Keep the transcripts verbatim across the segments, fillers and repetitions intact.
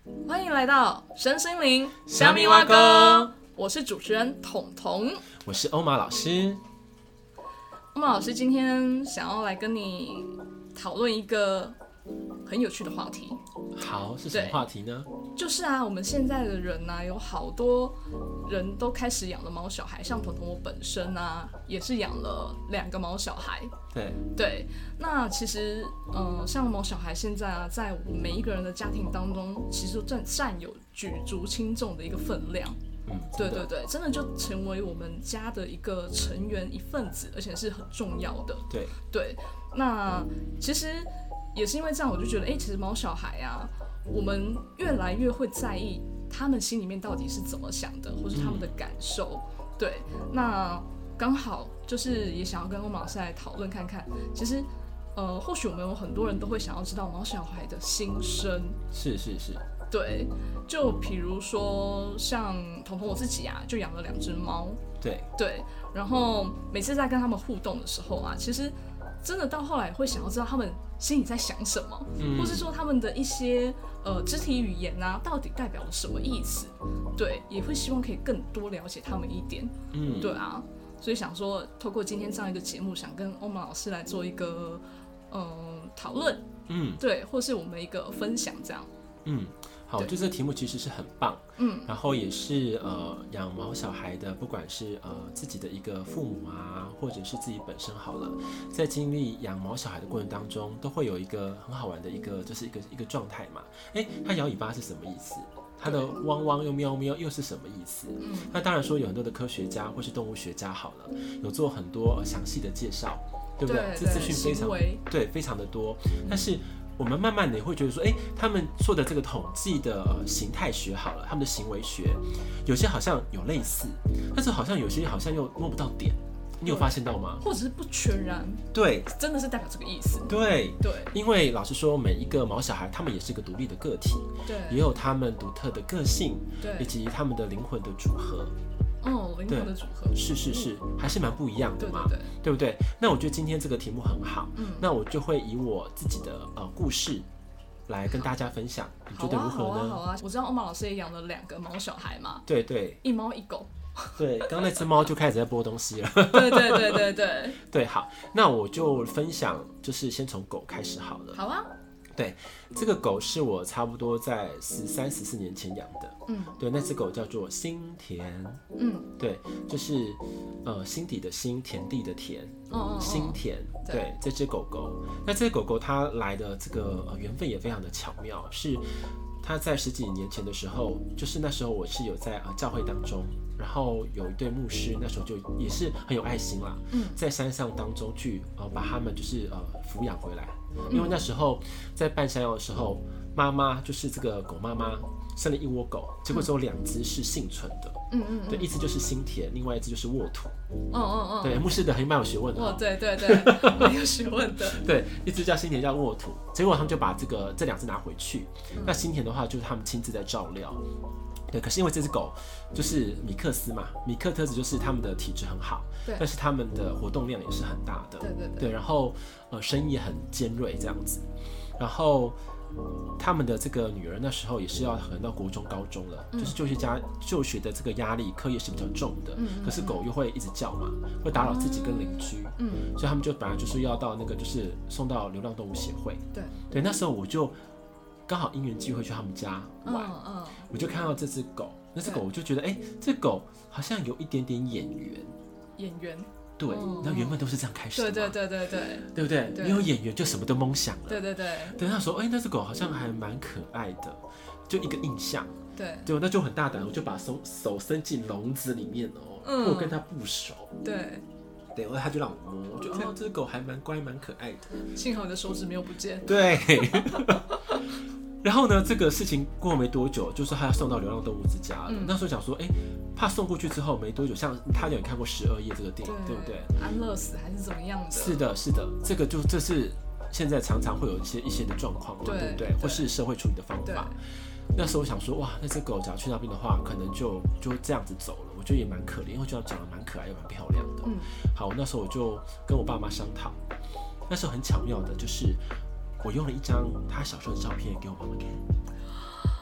欢迎来到身心灵虾米蛙哥， 我是主持人彤彤， 我是欧玛老师。 欧玛老师今天想要来跟你讨论一个很有趣的话题。 好，是什么话题呢？ 就是啊，我们现在的人啊，有好多人都开始养了毛小孩，像彤彤我本身啊，也是养了两个毛小孩。 对对，那其实，呃，像毛小孩现在啊，在我们每一个人的家庭当中，其实占占有举足轻重的一个分量。 嗯， 对对对，真的就成为我们家的一个成员一份子，而且是很重要的。 对对，那其实也是因为这样，我就觉得，哎，其实毛小孩啊，我们越来越会在意他们心里面到底是怎么想的，或是他们的感受。嗯、对，那刚好就是也想要跟欧玛老师来讨论看看，其实，呃，或许我们有很多人都会想要知道毛小孩的心声。 是是是。 对，就比如说像彤彤我自己啊，就养了两只猫。 对对，然后每次在跟他们互动的时候啊，其实真的到后来会想要知道他们心里在想什么，嗯、或是说他们的一些呃肢体语言啊，到底代表了什么意思？对，也会希望可以更多了解他们一点。嗯，对啊，所以想说透过今天这样一个节目，想跟欧玛老师来做一个嗯讨论，嗯，对，或是我们一个分享这样。 嗯。好，就这个题目其实是很棒，嗯，然后也是呃养毛小孩的，不管是呃自己的一个父母啊，或者是自己本身好了，在经历养毛小孩的过程当中，都会有一个很好玩的一个，就是一个一个状态嘛。哎，它摇尾巴是什么意思？它的汪汪又喵喵又是什么意思？嗯，那当然说有很多的科学家或是动物学家好了，有做很多详细的介绍，对不对？这资讯非常对，非常的多，但是。我们慢慢的也会觉得说，哎，他们做的这个统计的形态学好了，他们的行为学，有些好像有类似，但是好像有些好像又摸不到点，你有发现到吗？ 或者是不全然， 对， 真的是代表这个意思。 对对， 因为老实说，每一个毛小孩，他们也是个独立的个体，对，也有他们独特的个性，对，以及他们的灵魂的组合。 哦，灵魂的组合是是是，还是蛮不一样的嘛， 对对对， 对不对？那我觉得今天这个题目很好，嗯，那我就会以我自己的呃故事来跟大家分享，你觉得如何呢？ 好啊，好啊，我知道欧玛老师也养了两个毛小孩嘛， 对对， 一猫一狗。 对，刚刚那只猫就开始在剥东西了。 对对对对对。 对，好，那我就分享，就是先从狗开始好了。 好啊。 对，这个狗是我差不多在十三、十四年前养的。嗯，对，那只狗叫做心田。嗯，对，就是呃心底的心，田地的田。哦哦哦心田。对，对这只狗狗，那这只狗狗它来的这个呃缘分也非常的巧妙，是它在十几年前的时候，就是那时候我是有在呃教会当中。然后有一对牧师，那时候就也是很有爱心啦，嗯、在山上当中去呃把他们就是呃抚养回来，因为那时候在半山腰的时候，妈妈就是这个狗妈妈生了一窝狗，结果只有两只是幸存的，嗯嗯，对，一只就是心田，另外一只就是沃土，哦哦哦，对，牧师的还蛮有学问的， 哦对对对，蛮有学问的， 对，一只叫心田，叫沃土，结果他们就把这个这两只拿回去，嗯、那心田的话就是他们亲自在照料。对，可是因为这只狗就是米克斯嘛，米克特质就是他们的体质很好，但是他们的活动量也是很大的， 对对 对, 对，然后呃声音也很尖锐这样子，然后他们的这个女儿那时候也是要可能到国中、高中了，嗯、就是就学家就学的这个压力，课业是比较重的，嗯、可是狗又会一直叫嘛，会打扰自己跟邻居，嗯，所以他们就本来就是要到那个就是送到流浪动物协会，对对，那时候我就。刚好因缘际会去他们家玩，嗯嗯、我就看到这只狗，那只狗我就觉得，哎、欸，这狗好像有一点点眼缘， 眼缘， 对，那、嗯、缘分都是这样开始的嘛， 对对对对对， 对不对？对你有眼缘就什么都蒙想了， 对对对。 对，那时候，哎、欸，那只狗好像还蛮可爱的，就一个印象， 对， 对，那就很大胆，我就把手手伸进笼子里面哦、喔，嗯、我跟它不熟， 对。 对，然后他就让我摸，我觉得哦，这只狗还蛮乖，蛮可爱的。 幸好你的手指没有不见。 对。然后呢，这个事情过没多久，就是他要送到流浪动物之家了。嗯、那时候想说，哎，怕送过去之后没多久，像他有看过《十二夜》这个电影， 对, 对不对？ 安乐死还是怎么样的？ 是的，是的，这个就这是现在常常会有一些一些的状况嘛， 对, 对不对？或是社会处理的方法。那时候我想说，哇，那只狗只要去那边的话，可能就就这样子走了。我觉得也蛮可怜，因为我觉得长得蛮可爱又蛮漂亮的。嗯，好，那时候我就跟我爸妈商讨。那时候很巧妙的，就是我用了一张他小时候的照片给我妈妈看。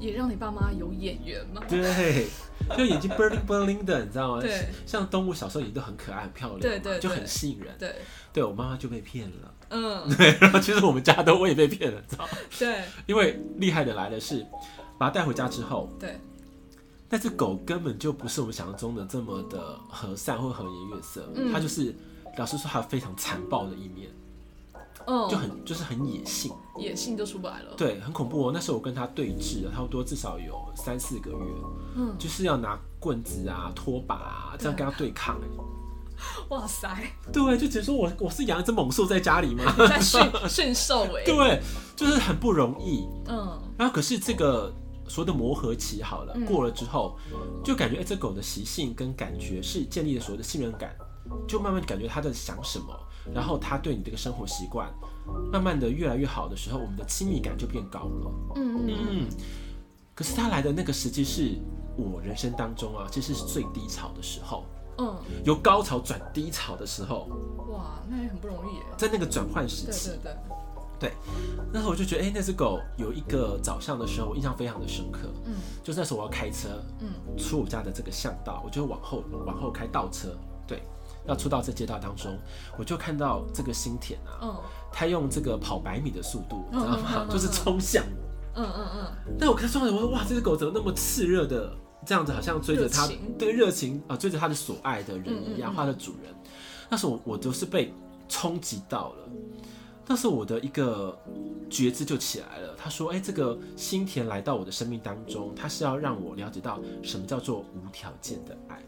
也让你爸妈有眼缘嘛。 对，就眼睛 burling burling 的，你知道吗？ 对， 像动物小时候也都很可爱、很漂亮， 对 对, 对， 就很吸引人。 对， 对我妈妈就被骗了。 嗯， 对，然后其实我们家都我也被骗了，知道吗？ 对， 因为厉害的来的是，把它带回家之后， 对， 那只狗根本就不是我们想象中的这么的和善或和颜悦色，嗯、它就是老实说，它有非常残暴的一面。嗯，就很就是很野性， 野性就出不来了。 对，很恐怖哦。那时候我跟他对峙了，差不多至少有三四个月，嗯，就是要拿棍子啊、拖把啊，这样跟他对抗、欸。 哇塞！ 对，就觉得说我我是养一只猛兽在家里吗？ 在驯驯兽哎。 对，就是很不容易。 嗯， 然后可是这个所谓的磨合期好了，嗯、过了之后，就感觉哎、欸，这狗的习性跟感觉是建立了所谓的信任感，就慢慢感觉它在想什么。然后他对你这个生活习惯，慢慢的越来越好的时候，我们的亲密感就变高了。嗯嗯嗯。可是他来的那个时期是我人生当中啊，其实是最低潮的时候。嗯。由高潮转低潮的时候。 哇，那也很不容易耶。 在那个转换时期。 对对对。 对。那时候我就觉得，哎、欸，那只狗有一个早上的时候，我印象非常的深刻。嗯。就是那时候我要开车，嗯，出我家的这个巷道，我就往后往后开倒车，对。要出到这街道当中，我就看到这个新田啊，嗯，他用这个跑百米的速度，你知道吗？嗯嗯嗯嗯就是冲向我，嗯嗯嗯。但我看冲向我说，哇，这只狗怎么那么炽热的，这样子好像追着他，对热情啊、呃，追着他的所爱的人一样，嗯嗯嗯他的主人。那时候我我就是被冲击到了，那时候我的一个觉知就起来了。他说，哎、欸，这个新田来到我的生命当中，他是要让我了解到什么叫做无条件的爱。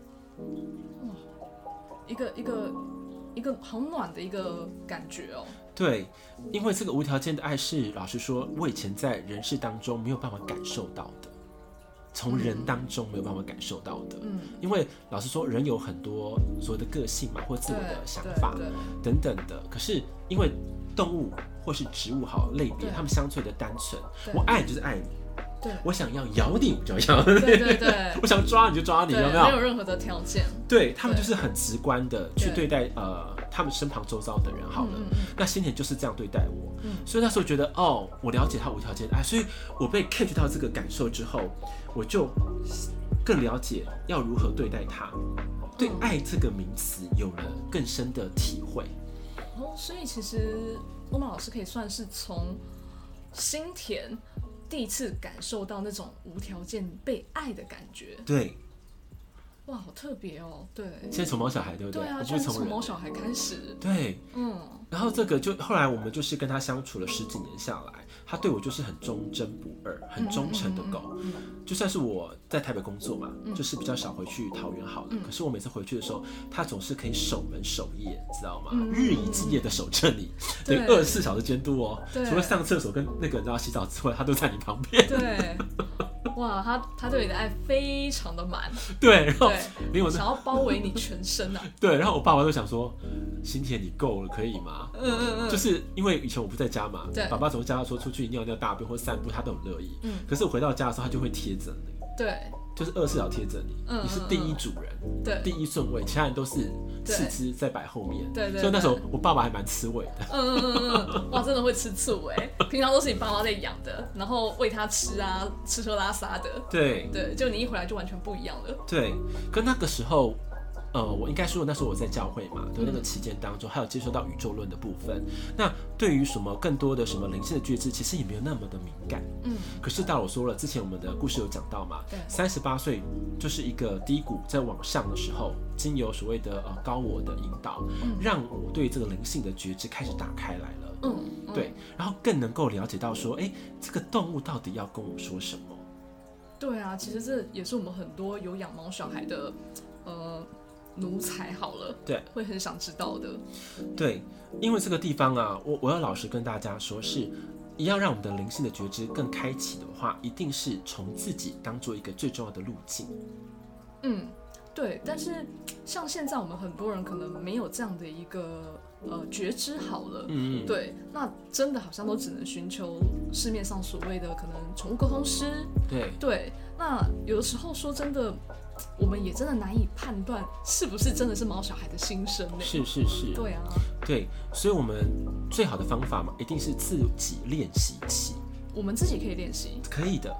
一个一个一个好暖的一个感觉哦。 对，因为这个无条件的爱是，老实说，我以前在人世当中没有办法感受到的，从人当中没有办法感受到的。嗯，因为老实说，人有很多所谓的个性嘛，或自我的想法等等的。可是因为动物或是植物好类别，他们相对的单纯，我爱你就是爱你。我想要咬你，我就咬你。 对对对， 我想抓你就抓你，有没有？ 没有任何的条件。 对他们就是很直观的去对待呃他们身旁周遭的人。好了，嗯嗯那新田就是这样对待我，嗯、所以那时候觉得哦，我了解他无条件的爱，所以我被 catch 到这个感受之后，我就更了解要如何对待他，对爱这个名词有了更深的体会。 哦，所以其实欧玛老师可以算是从新田第一次感受到那种无条件被爱的感觉。 对， 哇，好特别哦。对， 现在从毛小孩对不对？ 对啊，就是从毛小孩开始。 对，嗯。然后这个就后来我们就是跟他相处了十几年下来，他对我就是很忠贞不二、很忠诚的狗。嗯嗯嗯嗯就算是我在台北工作嘛，嗯、就是比较少回去桃园好了。嗯、可是我每次回去的时候，他总是可以守门守夜，知道吗？嗯、日以继夜的守着你，对，二十四小时监督哦。除了上厕所跟那个你知道洗澡之外，他都在你旁边。 对。哇，他他对你的爱非常的满， 对，然后连我想要包围你全身啊。 对，然后我爸爸都想说，新田你够了，可以吗？嗯嗯嗯，就是因为以前我不在家嘛，爸爸总是叫他说出去尿尿、大便或散步，他都很乐意。嗯，可是我回到家的时候，他就会贴着你。 对。 就是二十四小时贴着你，嗯、你是第一主人， 对， 第一顺位，其他人都是次之在摆后面， 对 对, 对。 所以那时候我爸爸还蛮吃味的， 嗯嗯嗯嗯，哇，真的会吃醋哎，平常都是你爸妈在养的，然后喂他吃啊，吃喝拉撒的， 对对，就你一回来就完全不一样了， 对，跟那个时候。呃，我应该说那时候我在教会嘛，对那个期间当中，还有接受到宇宙论的部分。那对于什么更多的什么灵性的觉知，其实也没有那么的敏感。嗯。可是到我说了，之前我们的故事有讲到嘛，对，三十八岁就是一个低谷在往上的时候，经由所谓的呃高我的引导，嗯、让我对这个灵性的觉知开始打开来了。嗯。嗯对，然后更能够了解到说，哎、欸，这个动物到底要跟我说什么？ 对啊，其实这也是我们很多有养毛小孩的，呃。奴才好了， 对， 会很想知道的。 对，因为这个地方啊，我我要老实跟大家说，是要让我们的灵性的觉知更开启的话，一定是从自己当做一个最重要的路径。 嗯，对。但是像现在我们很多人可能没有这样的一个呃觉知好了，嗯嗯，对，那真的好像都只能寻求市面上所谓的可能宠物沟通师， 对对。 那有的时候说真的。我们也真的难以判断是不是真的是毛小孩的心声呢？ 是是是， 对啊， 对，所以我们最好的方法嘛，一定是自己练习起。 我们自己可以练习， 可以的，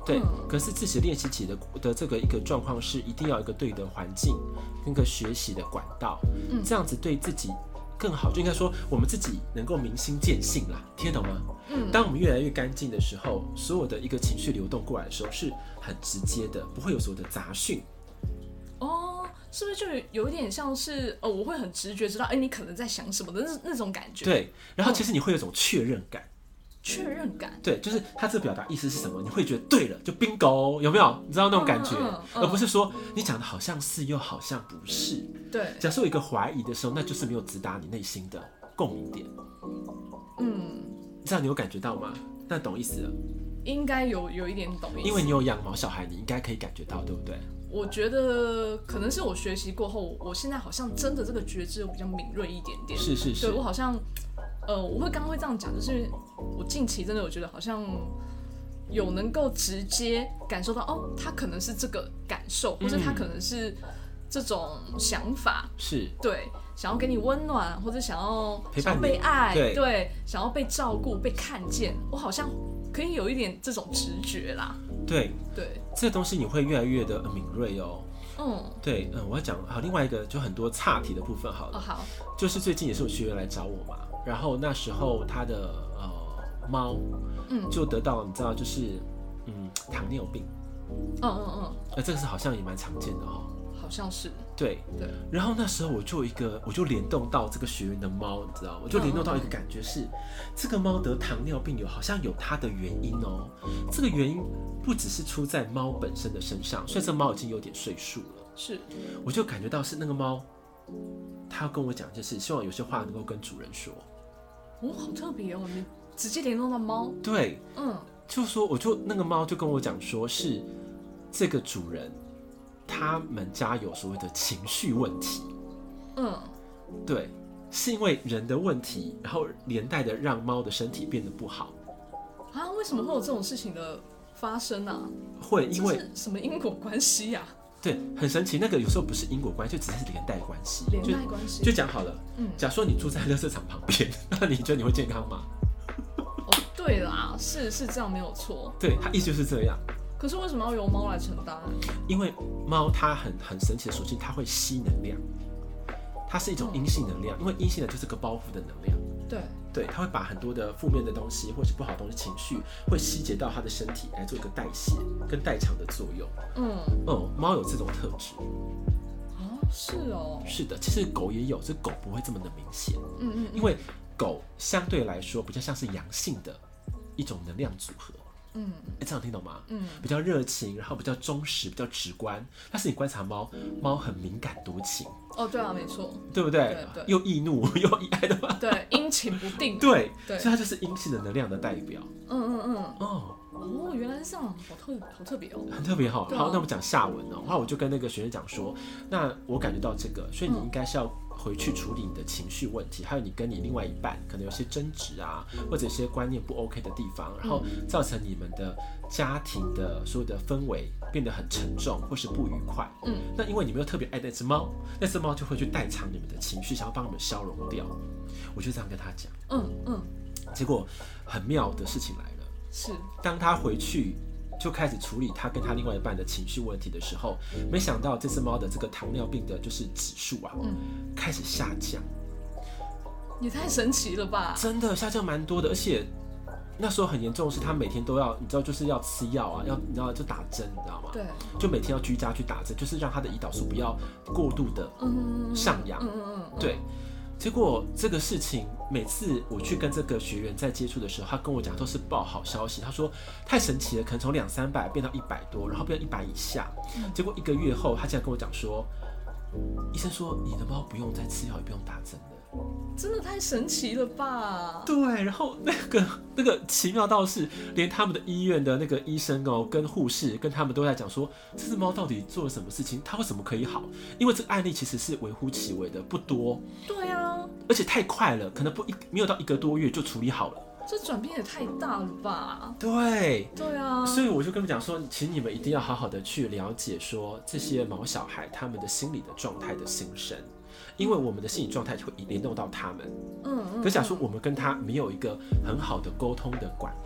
对。嗯、可是自己练习起的的这个一个状况是，一定要有一个对的环境，跟个学习的管道，嗯、这样子对自己更好。就应该说，我们自己能够明心见性啦，听得懂吗？嗯。当我们越来越干净的时候，所有的一个情绪流动过来的时候，是很直接的，不会有所谓的杂讯。 哦，是不是就有一点像是呃，我会很直觉知道，哎、欸，你可能在想什么的那那种感觉？ 对，然后其实你会有一种确认感。 确认感， 对，就是他这表达意思是什么，你会觉得对了，就 bingo， 有没有？你知道那种感觉，嗯嗯嗯、而不是说你讲的好像是又好像不是。 对， 假设有一个怀疑的时候，那就是没有直达你内心的共鸣点。嗯，这样你有感觉到吗？那懂意思了？ 应该有有一点懂意思， 因为你有养毛小孩，你应该可以感觉到，对不对？ 我觉得可能是我学习过后，我现在好像真的这个觉知比较敏锐一点点。 是是是， 对我好像。呃，我会刚刚会这样讲，就是我近期真的我觉得好像有能够直接感受到，哦，他可能是这个感受，或者他可能是这种想法， 是对，想要给你温暖，或者想要陪伴你， 想要被爱， 对， 对，想要被照顾、被看见，我好像可以有一点这种直觉啦。 对对， 这个东西你会越来越的敏锐哦。 嗯， 对，嗯，我要讲好另外一个就很多岔题的部分好了。 哦，好， 就是最近也是有学员来找我嘛。然后那时候他的呃猫，嗯，就得到你知道就是嗯糖尿病， 嗯嗯嗯， 呃这个是好像也蛮常见的哦， 好像是， 对对。然后那时候我就一个我就联动到这个学员的猫，你知道，我就联动到一个感觉是，嗯嗯嗯这个猫得糖尿病有好像有它的原因哦，这个原因不只是出在猫本身的身上，虽然这猫已经有点岁数了， 是， 我就感觉到是那个猫。他要跟我讲，就是希望有些话能够跟主人说。 哦，好特别哦！你直接联动到猫。 对，嗯，就说我就那个猫就跟我讲说，是这个主人他们家有所谓的情绪问题。嗯，对，是因为人的问题，然后连带的让猫的身体变得不好。 啊？为什么会有这种事情的发生啊？ 会因为这是什么因果关系呀？ 对，很神奇。那个有时候不是因果关系，就只是连带关系。 连带关系， 就讲好了。嗯，假如说你住在垃圾场旁边，那你觉得你会健康吗？ 哦，对啦，是是这样，没有错。 对，它意思就是这样。 可是为什么要由猫来承担？ 因为猫它很很神奇的属性，它会吸能量，它是一种阴性能量。因为阴性的就是个包袱的能量。 对。 对，它会把很多的负面的东西或是不好的东西、情绪，会吸结到它的身体来做一个代谢跟代偿的作用。嗯，哦，猫有这种特质。 哦，是哦。是的，其实狗也有，只是狗不会这么的明显。嗯嗯。因为狗相对来说比较像是阳性的一种能量组合。嗯，哎，这样听懂吗？嗯，比较热情，然后比较忠实，比较直观。但是你观察猫，猫很敏感多情。 哦，对啊，没错， 对不对？对对，又易怒又易爱的嘛。 对，阴晴不定。 对对，所以它就是阴性的能量的代表。 嗯嗯嗯。哦哦，原来是这样，好特好特别哦。 很特别哈。好，那我们讲下文哦。然后我就跟那个学生讲说，那我感觉到这个，所以你应该是要回去处理你的情绪问题，还有你跟你另外一半可能有些争执啊，或者一些观念不 OK 的地方，然后造成你们的家庭的所有的氛围变得很沉重或是不愉快。嗯，那因为你们又特别爱那只猫，那只猫就会去代偿你们的情绪，想要帮你们消融掉。我就这样跟他讲。嗯嗯。结果很妙的事情来了， 是当他回去就开始处理他跟他另外一半的情绪问题的时候，没想到这只猫的这个糖尿病的就是指数啊，嗯，开始下降。 也太神奇了吧！ 真的下降蛮多的，而且那时候很严重的是，他每天都要，你知道，就是要吃药啊，要你知道就打针，你知道吗？ 对， 就每天要居家去打针，就是让他的胰岛素不要过度的上扬。嗯嗯嗯，对。结果这个事情，每次我去跟这个学员在接触的时候，他跟我讲都是报好消息。他说太神奇了，可能从两三百变到一百多，然后变到一百以下。结果一个月后，他竟然跟我讲说，医生说你的猫不用再吃药，也不用打针了。 真的太神奇了吧？ 对，然后那个那个奇妙到是，连他们的医院的那个医生哦，跟护士跟他们都在讲说，这只猫到底做了什么事情，它为什么可以好？因为这个案例其实是微乎其微的，不多。 对啊， 而且太快了，可能不一没有到一个多月就处理好了。 这转变也太大了吧？ 对， 对啊， 所以我就跟他们讲说，请你们一定要好好的去了解说这些毛小孩他们的心理的状态的心声。因为我们的心理状态会联动到他们，嗯，可假如说我们跟他没有一个很好的沟通的管道，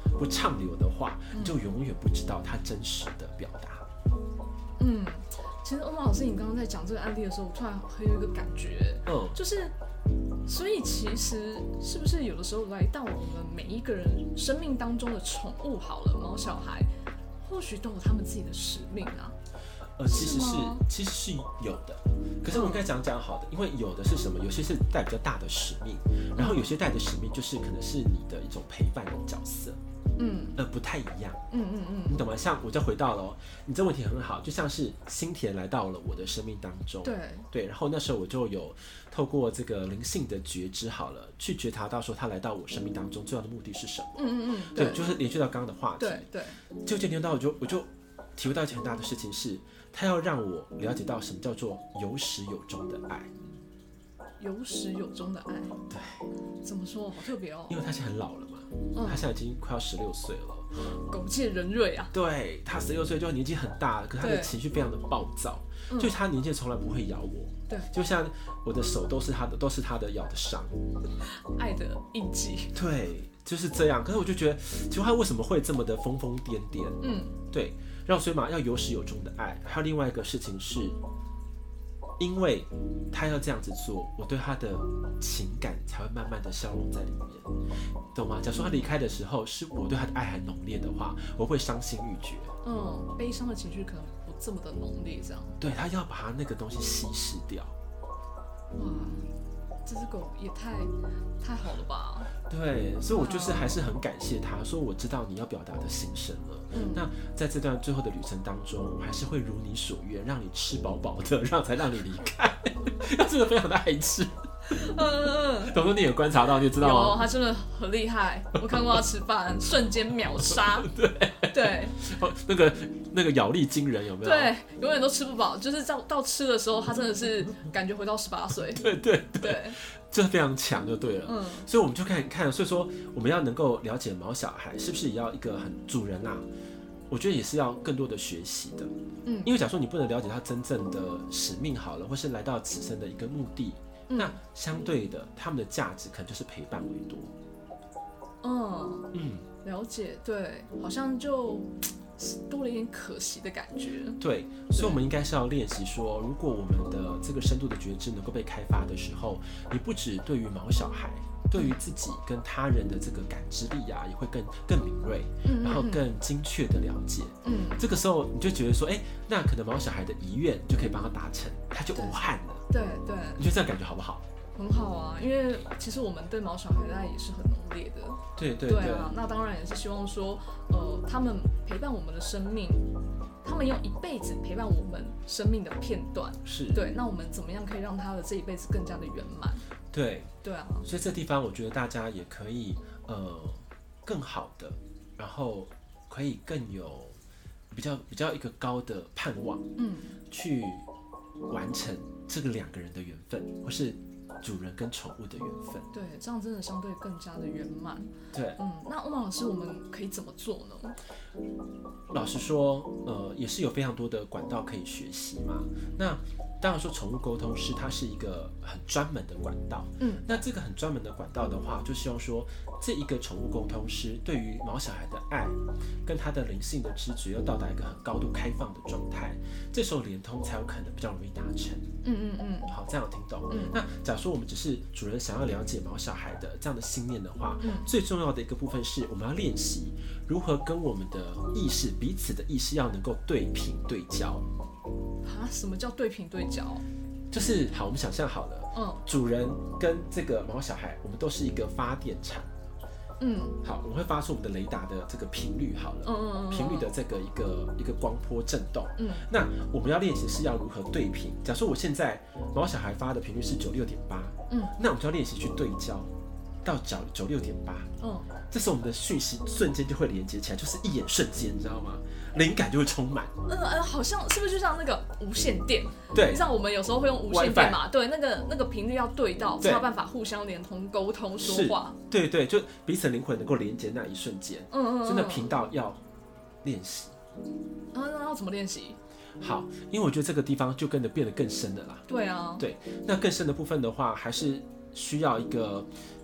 不畅流的话，你就永远不知道他真实的表达。 嗯，其实欧玛老师，你刚刚在讲这个案例的时候，我突然很有一个感觉，嗯，就是，所以其实是不是有的时候来到我们每一个人生命当中的宠物，好了，毛小孩，或许都有他们自己的使命啊。 呃，其实是其实是有的，可是我们应该讲讲好的，因为有的是什么？有些是带比较大的使命，然后有些带的使命就是可能是你的一种陪伴的角色，嗯，呃，不太一样，嗯嗯嗯，你懂吗？像我就回到了、哦，你这问题很好，就像是新田来到了我的生命当中， 对对，然后那时候我就有透过这个灵性的觉知，好了，去觉察到说他来到我生命当中最要的目的是什么，嗯嗯嗯，对，对就是连续到刚刚的话题， 对对， 就今天到我就我就体会到一件很大的事情是。他要让我了解到什么叫做有始有终的爱， 有始有终的爱， 对， 怎么说？好特别哦。 因为他现在很老了嘛，嗯、他现在已经快要十六岁了， 狗界人瑞啊。 对，他十六岁就年纪很大了，可是他的情绪非常的暴躁，就是他年纪从来不会咬我，对，就像我的手都是他的，都是他的咬的伤， 爱的印记， 对，就是这样。可是我就觉得，其实他为什么会这么的疯疯癫癫？嗯，对。让所以嘛，要有始有终的爱。还有另外一个事情是，因为他要这样子做，我对他的情感才会慢慢的消融在里面，懂吗？假如说他离开的时候，是我对他的爱还浓烈的话，我会伤心欲绝。 嗯，悲伤的情绪可能不这么的浓烈，这样。 对，他要把他那个东西稀释掉。 哇，这只狗也太太好了吧？ 对，所以我就是还是很感谢他，说我知道你要表达的心声了。嗯、那在这段最后的旅程当中，我还是会如你所愿，让你吃饱饱的，让才让你离开。他真的非常的爱吃。嗯嗯，董哥你也观察到，你知道吗？ 有，他真的很厉害。我看过他吃饭，瞬间秒杀。 对对， 那个那个咬力惊人，有没有？ 对，永远都吃不饱，就是到到吃的时候，他真的是感觉回到十八岁。 对对 对, 对， 这非常强就对了。嗯，所以我们就看看，所以说我们要能够了解毛小孩，是不是也要一个很主人啊？我觉得也是要更多的学习的。嗯，因为假如说你不能了解他真正的使命好了，或是来到此生的一个目的。那相对的，他们的价值可能就是陪伴为多。 嗯嗯，了解，对，好像就多了一点可惜的感觉。 对，所以我们应该是要练习说，如果我们的这个深度的觉知能够被开发的时候，你不只对于毛小孩，对于自己跟他人的这个感知力啊，也会更更敏锐，然后更精确的了解。嗯，这个时候你就觉得说，哎、欸，那可能毛小孩的遗愿就可以帮他达成，他就无憾了。 对对， 你觉得这样感觉好不好？ 很好啊，因为其实我们对毛小孩的爱也是很浓烈的。 对对 对, 对啊，那当然也是希望说，呃，他们陪伴我们的生命，他们用一辈子陪伴我们生命的片段。 是。对， 那我们怎么样可以让他的这一辈子更加的圆满？ 对。 对啊。 所以这地方我觉得大家也可以呃更好的，然后可以更有比较比较一个高的盼望，嗯，去完成这个两个人的缘分，或是主人跟宠物的缘分。 对，这样真的相对更加的圆满。 对， 嗯，那欧玛老师，我们可以怎么做呢？ 老实说，呃，也是有非常多的管道可以学习嘛。那当然说，宠物沟通师它是一个很专门的管道。嗯，那这个很专门的管道的话，就希望说，这一个宠物沟通师对于毛小孩的爱，跟他的灵性的知觉，要到达一个很高度开放的状态，这时候连通才有可能比较容易达成。嗯嗯嗯，好，这样有听懂。嗯，那假如说我们只是主人想要了解毛小孩的这样的心念的话，嗯，最重要的一个部分是我们要练习如何跟我们的意识，彼此的意识要能够对频对焦。 啊，什么叫对频对焦？ 就是好，我们想象好了，嗯，主人跟这个毛小孩，我们都是一个发电厂。嗯，好，我们会发出我们的雷达的这个频率好了，嗯嗯嗯，频率的这个一个一个光波震动。嗯，那我们要练习是要如何对频。假如说我现在毛小孩发的频率是九六点八，嗯，那我们就要练习去对焦到九九六点八。嗯，这时候我们的讯息瞬间就会连接起来，就是一眼瞬间，你知道吗？灵感就会充满。 嗯呃，好像是不是就像那个无线电？ 对， 你知道我们有时候会用无线电嘛？对，那个那个频率要对到，才有办法互相连通、沟通、说话。 对对，就彼此灵魂能够连接那一瞬间。嗯嗯嗯，真的频道要练习。 啊，那要怎么练习？ 好，因为我觉得这个地方就跟着变得更深了啦。 对啊。 对，那更深的部分的话，还是需要一个比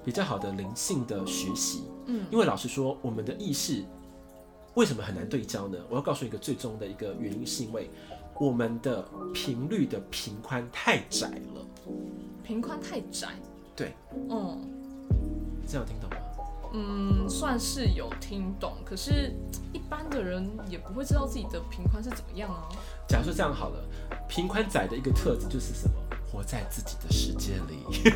比较好的灵性的学习。嗯，因为老实说，我们的意识为什么很难对焦呢？我要告诉你一个最终的一个原因，是因为我们的频率的频宽太窄了。 频宽太窄？ 对。 嗯， 这样听懂吗？ 嗯，算是有听懂，可是一般的人也不会知道自己的频宽是怎么样啊。 假如说这样好了，频宽窄的一个特质就是什么？活在自己的世界里。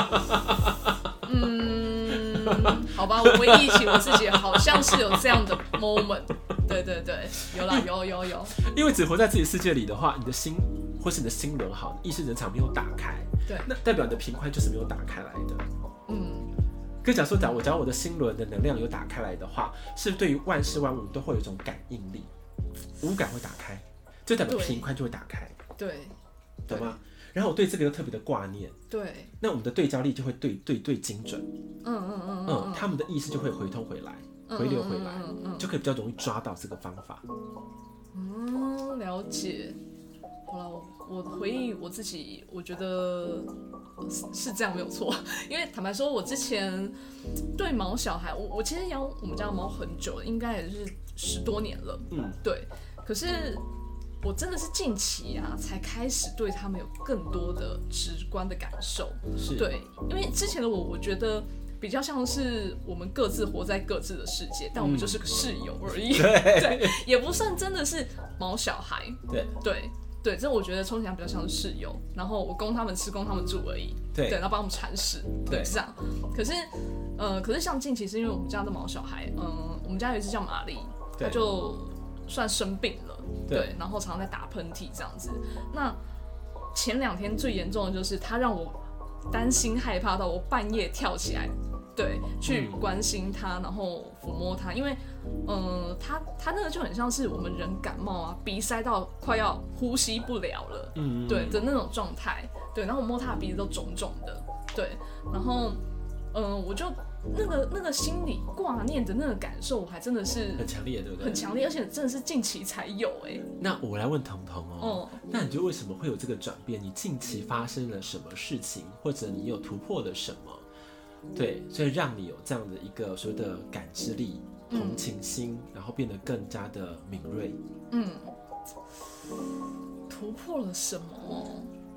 嗯，好吧，我回忆起我自己，好像是有这样的 moment。对对对，有啦，有有有。 因为只活在自己世界里的话，你的心或是你的心轮好，意识能场没有打开， 对， 那代表你的频宽就是没有打开来的。 嗯。 可假如说，假如我假如我的心轮的能量有打开来的话，是对于万事万物都会有一种感应力，五感会打开，就代表频宽就会打开。 对， 懂吗？然后我对这个又特别的挂念， 对， 那我们的对焦力就会对对对精准， 嗯嗯嗯嗯，他们的意识就会回通回来，回流回来，嗯嗯嗯嗯就可以比较容易抓到这个方法。 嗯，了解。好了，我回忆我自己，我觉得是这样没有错。因为坦白说，我之前对毛小孩，我我其实养我们家的猫很久了，应该也是十多年了，嗯，对。可是我真的是近期啊，才开始对他们有更多的直观的感受。 是， 对，因为之前的我，我觉得比较像是我们各自活在各自的世界，但我们就是个室友而已。 嗯、对, 对，也不算真的是毛小孩。 对对对，这我觉得充其量比较像是室友，然后我供他们吃，供他们住而已。 对， 对，然后帮他们铲屎，对，是这样。可是，呃，可是像近期是因为我们家的毛小孩，嗯、呃，我们家有一只叫玛丽，他就算生病了。对, 对，然后常常在打喷嚏这样子。那前两天最严重的就是他让我担心害怕到我半夜跳起来，对，去关心他，然后抚摸他，因为，呃，他他那个就很像是我们人感冒啊，鼻塞到快要呼吸不了了，嗯，对的那种状态，对，然后我摸他的鼻子都肿肿的，对，然后，嗯、呃，我就。那个那个心里挂念的那个感受，我还真的是很强烈，对不对？ 很强烈，而且真的是近期才有哎、欸。 那我来问彤彤哦，嗯、那你觉得为什么会有这个转变？你近期发生了什么事情，或者你有突破了什么？对，所以让你有这样的一个所谓的感知力、同情心，嗯、然后变得更加的敏锐。 嗯，突破了什么？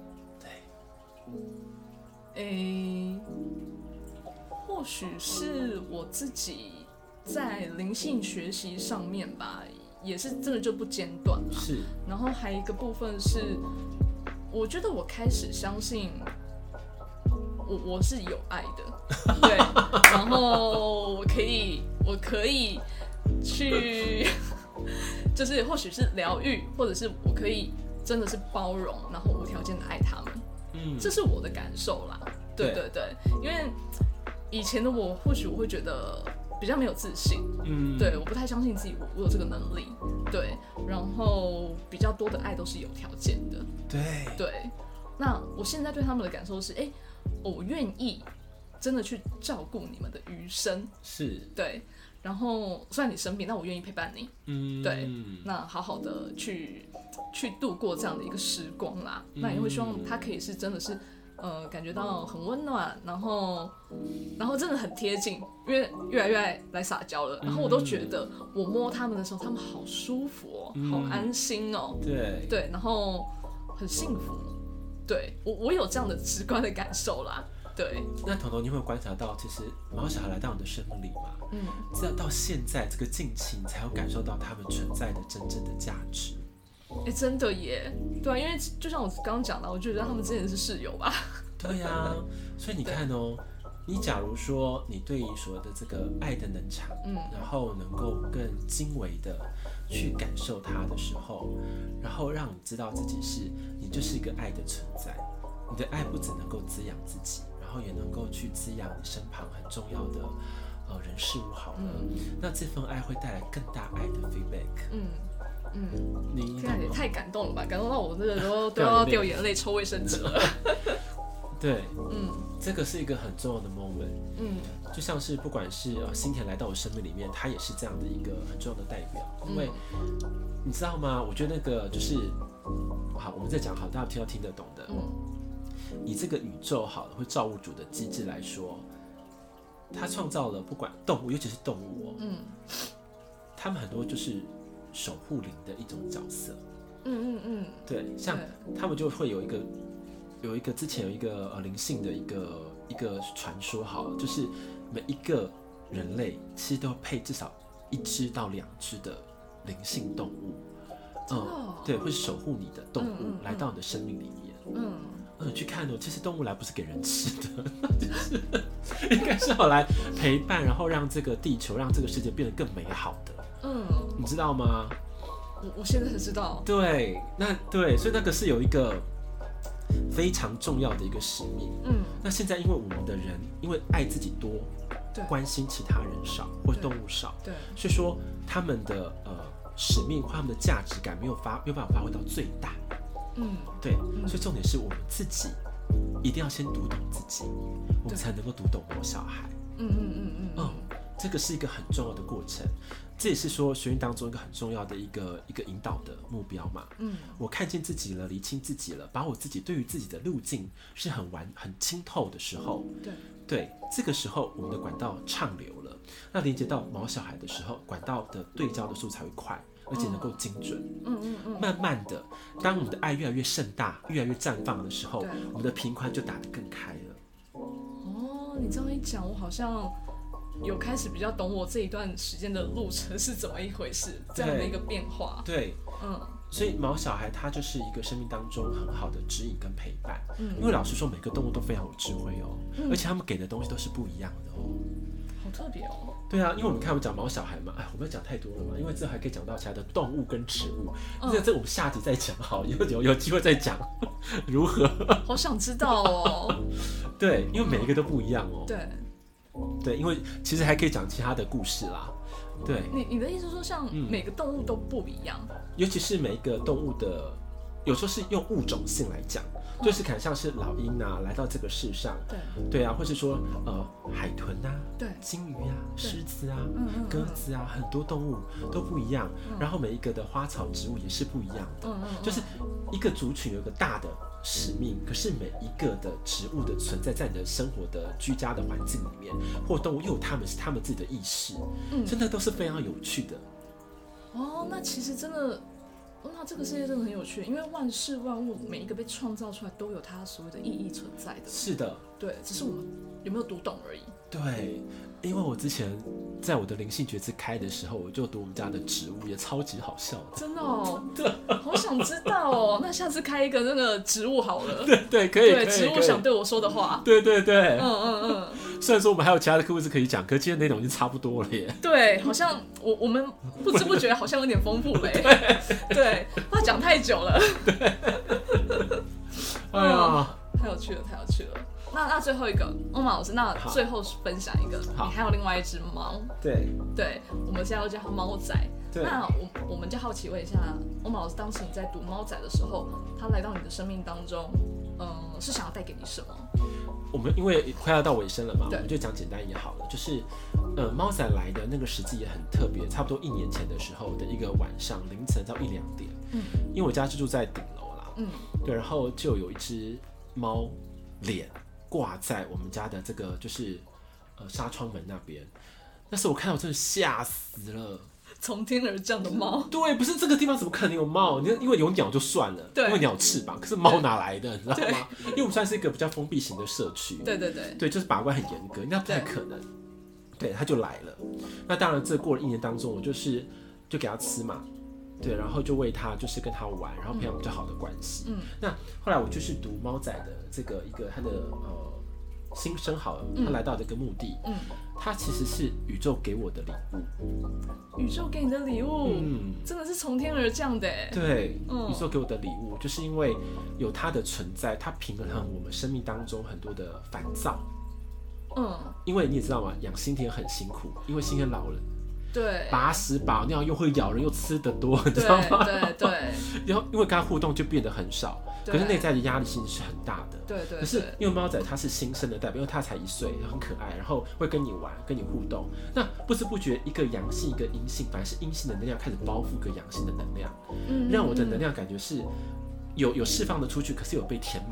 对，诶、欸。或许是我自己在灵性学习上面吧，也是真的就不间断嘛。 是。 然后还有一个部分是，我觉得我开始相信我我是有爱的，对。然后我可以我可以去，就是或许是疗愈，或者是我可以真的是包容，然后无条件的爱他们。嗯，这是我的感受啦。对对对，因为。以前的我，或许我会觉得比较没有自信，嗯，对，我不太相信自己我，我有这个能力，对，然后比较多的爱都是有条件的， 对， 对。那我现在对他们的感受是，哎、欸，我愿意真的去照顾你们的余生， 是， 对。然后虽然你生病，那我愿意陪伴你，嗯，对，那好好的去去度过这样的一个时光啦。嗯、那也会希望他可以是真的是。呃，感觉到很温暖，然后，然后真的很贴近，因为越来越爱来撒娇了。然后我都觉得，我摸他们的时候，他们好舒服哦，嗯、好安心哦。 对对，然后很幸福。对我，我有这样的直观的感受啦。对。 那彤彤，你有没有观察到，其实毛小孩来到你的生命里嘛？嗯。直到到现在这个近期，你才有感受到他们存在的真正的价值。 哎、欸，真的耶，对啊，因为就像我刚刚讲的，我觉得他们之前是室友吧。 对呀、啊，所以你看哦，你假如说你对于所谓的这个爱的能场，嗯，然后能够更精微的去感受它的时候，然后让你知道自己是你就是一个爱的存在，你的爱不只能够滋养自己，然后也能够去滋养你身旁很重要的呃人事物好了，嗯、那这份爱会带来更大爱的 feedback， 嗯。 嗯，你看也太感动了吧，感动到我这个都都要掉眼泪抽卫生纸了。 对，嗯，这个是一个很重要的 moment， 嗯，就像是不管是呃新田来到我生命里面，他也是这样的一个很重要的代表，因为、嗯、你知道吗？我觉得那个就是好，我们再讲好，大家听要听得懂的，嗯，以这个宇宙好了会造物主的机制来说， 他创造了不管动物，尤其是动物哦，嗯，他们很多就是守护灵的一种角色。嗯嗯嗯，对，像他们就会有一个有一个之前有一个呃灵性的一个一个传说，好了，就是每一个人类其实都配至少一只到两只的灵性动物，嗯，哦、对，会守护你的动物、嗯嗯、来到你的生命里面。嗯。嗯，去看哦，其实动物来不是给人吃的，就是应该是要来陪伴，然后让这个地球、让这个世界变得更美好的。嗯，你知道吗？ 我我现在才知道。 对，那对，所以那个是有一个非常重要的一个使命。嗯，那现在因为我们的人因为爱自己多，关心其他人少，或动物少，对，所以说他们的呃使命或他们的价值感没有发没有办法发挥到最大。嗯，对，所以重点是我们自己一定要先读懂自己，我们才能够读懂毛小孩。嗯嗯嗯嗯嗯，这个是一个很重要的过程，这也是说学运当中一个很重要的一个一个引导的目标嘛。嗯，我看见自己了，理清自己了，把我自己对于自己的路径是很完很清透的时候，对对，这个时候我们的管道畅流了，那连接到毛小孩的时候，管道的对焦的速度才会快。而且能够精准，嗯嗯嗯，慢慢的，当我们的爱越来越盛大、越来越绽放的时候，我们的频宽就打得更开了。 哦，你这样一讲，我好像有开始比较懂我这一段时间的路程是怎么一回事，这样的一个变化。 对，嗯，所以毛小孩他就是一个生命当中很好的指引跟陪伴。嗯，因为老实说，每个动物都非常有智慧哦，嗯、而且他们给的东西都是不一样的哦。 好特别哦。 对啊，因为我们看我们讲毛小孩嘛，哎，我们要讲太多了嘛，因为这还可以讲到其他的动物跟植物，嗯、这这我们下集再讲好，有有有机会再讲如何。 好想知道哦。 对，因为每一个都不一样哦。 对。 对，因为其实还可以讲其他的故事啦。对。 你你的意思是说，像每个动物都不一样，嗯、 尤其是每一个动物的，有时候是用物种性来讲。就是可能像是老鹰啊，来到这个世上，对对啊，或是说呃海豚啊，对，鲸鱼啊，狮子啊，嗯、鸽子啊，很多动物都不一样，嗯、然后每一个的花草植物也是不一样的，嗯、就是一个族群有一个大的使命，可是每一个的植物的存在在你的生活的居家的环境里面，或动物又有他们是他们自己的意识，嗯、真的都是非常有趣的。 哦，那其实真的。那这个世界真的很有趣，因为万事万物每一个被创造出来都有它所谓的意义存在的。 是的， 对，只是我们有没有读懂而已。 对，因为我之前在我的灵性觉知开的时候，我就读我们家的植物，也超级好笑的。 真的哦，对，好想知道哦。那下次开一个那个植物好了。 对对，可以。 对，植物想对我说的话。 对对对， 嗯嗯嗯。 虽然说我们还有其他的故事可以讲，可是今天内容已经差不多了耶。 对，好像我我们不知不觉好像有点丰富了耶。对，对，怕讲太久了。对。哎呀，太有趣了，太有趣了。那那最后一个，欧玛老师，那最后分享一个，你还有另外一只猫。 对。 对，我们现在都叫它猫仔。那我我们就好奇问一下，欧玛老师，当时你在读猫仔的时候，它来到你的生命当中，呃，是想要带给你什么？ 我们因为快要到尾声了嘛，我们就讲简单也好了。就是，呃，猫仔来的那个时机也很特别，差不多一年前的时候的一个晚上凌晨到一两点，嗯，因为我家是住在顶楼啦，嗯，对，然后就有一只猫脸挂在我们家的这个就是呃纱窗门那边，那时候我看到真的吓死了。 从天而降的猫， 对，不是这个地方怎么可能有猫？因为有鸟就算了，因为鸟翅膀，可是猫哪来的？你知道吗？因为我们算是一个比较封闭型的社区， 对对对， 对，就是把关很严格，那不太可能。对，它就来了。那当然，这过了一年当中，我就是就给它吃嘛，对，然后就喂它，就是跟它玩，然后培养比较好的关系。嗯，那后来我就去读猫仔的这个一个它的呃新生好了，它来到的一个目的，嗯。它其实是宇宙给我的礼物， 宇宙给你的礼物，嗯，真的是从天而降的， 对，嗯、宇宙给我的礼物，就是因为有它的存在，它平衡我们生命当中很多的烦躁，嗯，因为你也知道嘛，养新田很辛苦，因为新田老人， 对， 把屎把尿又会咬人又吃得多，你知道吗？ 对对， 然后因为跟他互动就变得很少，可是内在的压力其实是很大的。 对 对, 对。 可是因为猫仔它是新生的代表，因为它才一岁，很可爱，然后会跟你玩，跟你互动。那不知不觉一个阳性一个阴性，反而是阴性的能量开始包覆一个阳性的能量，嗯、让我的能量感觉是有有释放的出去，可是有被填满。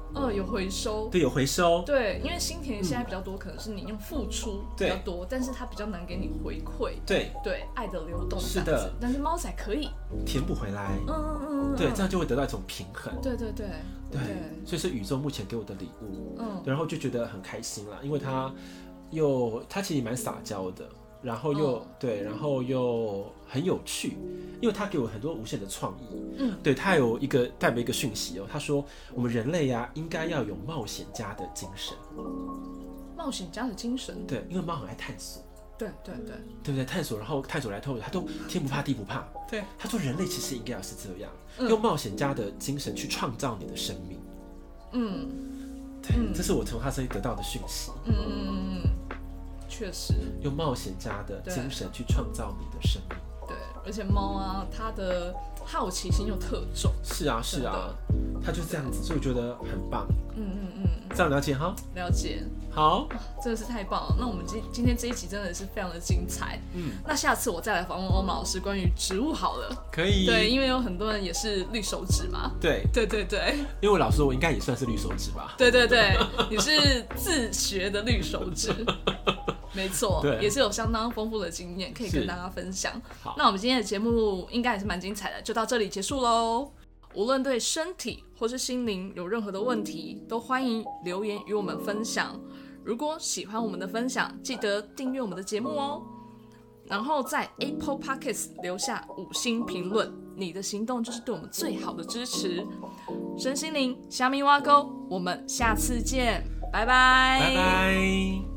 呃，有回收， 对，有回收， 对，因为新田现在比较多，嗯、可能是你用付出比较多，但是它比较难给你回馈， 对对，爱的流动是的， 但是猫仔可以填补回来， 嗯嗯嗯， 对，这样就会得到一种平衡， 对对对对，所以是宇宙目前给我的礼物，嗯，然后就觉得很开心啦，因为它又它其实蛮撒娇的。然后又、哦、对，然后又很有趣，因为他给我很多无限的创意。嗯，对，他有一个代表一个讯息哦，他说我们人类呀、啊，应该要有冒险家的精神。 冒险家的精神？ 对，因为猫很爱探索。 对对对， 对不对？探索，然后探索来探索，他都天不怕地不怕。 对， 他说人类其实应该要是这样，嗯、用冒险家的精神去创造你的生命。嗯，对，嗯、这是我从他身上得到的讯息。嗯嗯嗯嗯。 确实， 用冒险家的精神去创造你的生命。 对，而且猫啊，它的好奇心又特重。 是啊，是啊，它就是这样子，所以我觉得很棒。嗯嗯嗯，这样了解哈？ 了解。 好， 真的是太棒了。那我们今今天这一集真的是非常的精彩。嗯，那下次我再来访问欧玛老师关于植物好了。 可以。 对，因为有很多人也是绿手指嘛。 对对对对。 因为我老师我应该也算是绿手指吧。 对对对，你是自学的绿手指。没错，也是有相当丰富的经验可以跟大家分享。那我们今天的节目应该也是蛮精彩的，就到这里结束喽。无论对身体或是心灵有任何的问题，都欢迎留言与我们分享。如果喜欢我们的分享，记得订阅我们的节目哦。然后在 Apple Podcast 留下五星评论，你的行动就是对我们最好的支持。身心灵虾米挖沟，我们下次见，拜拜， 拜拜。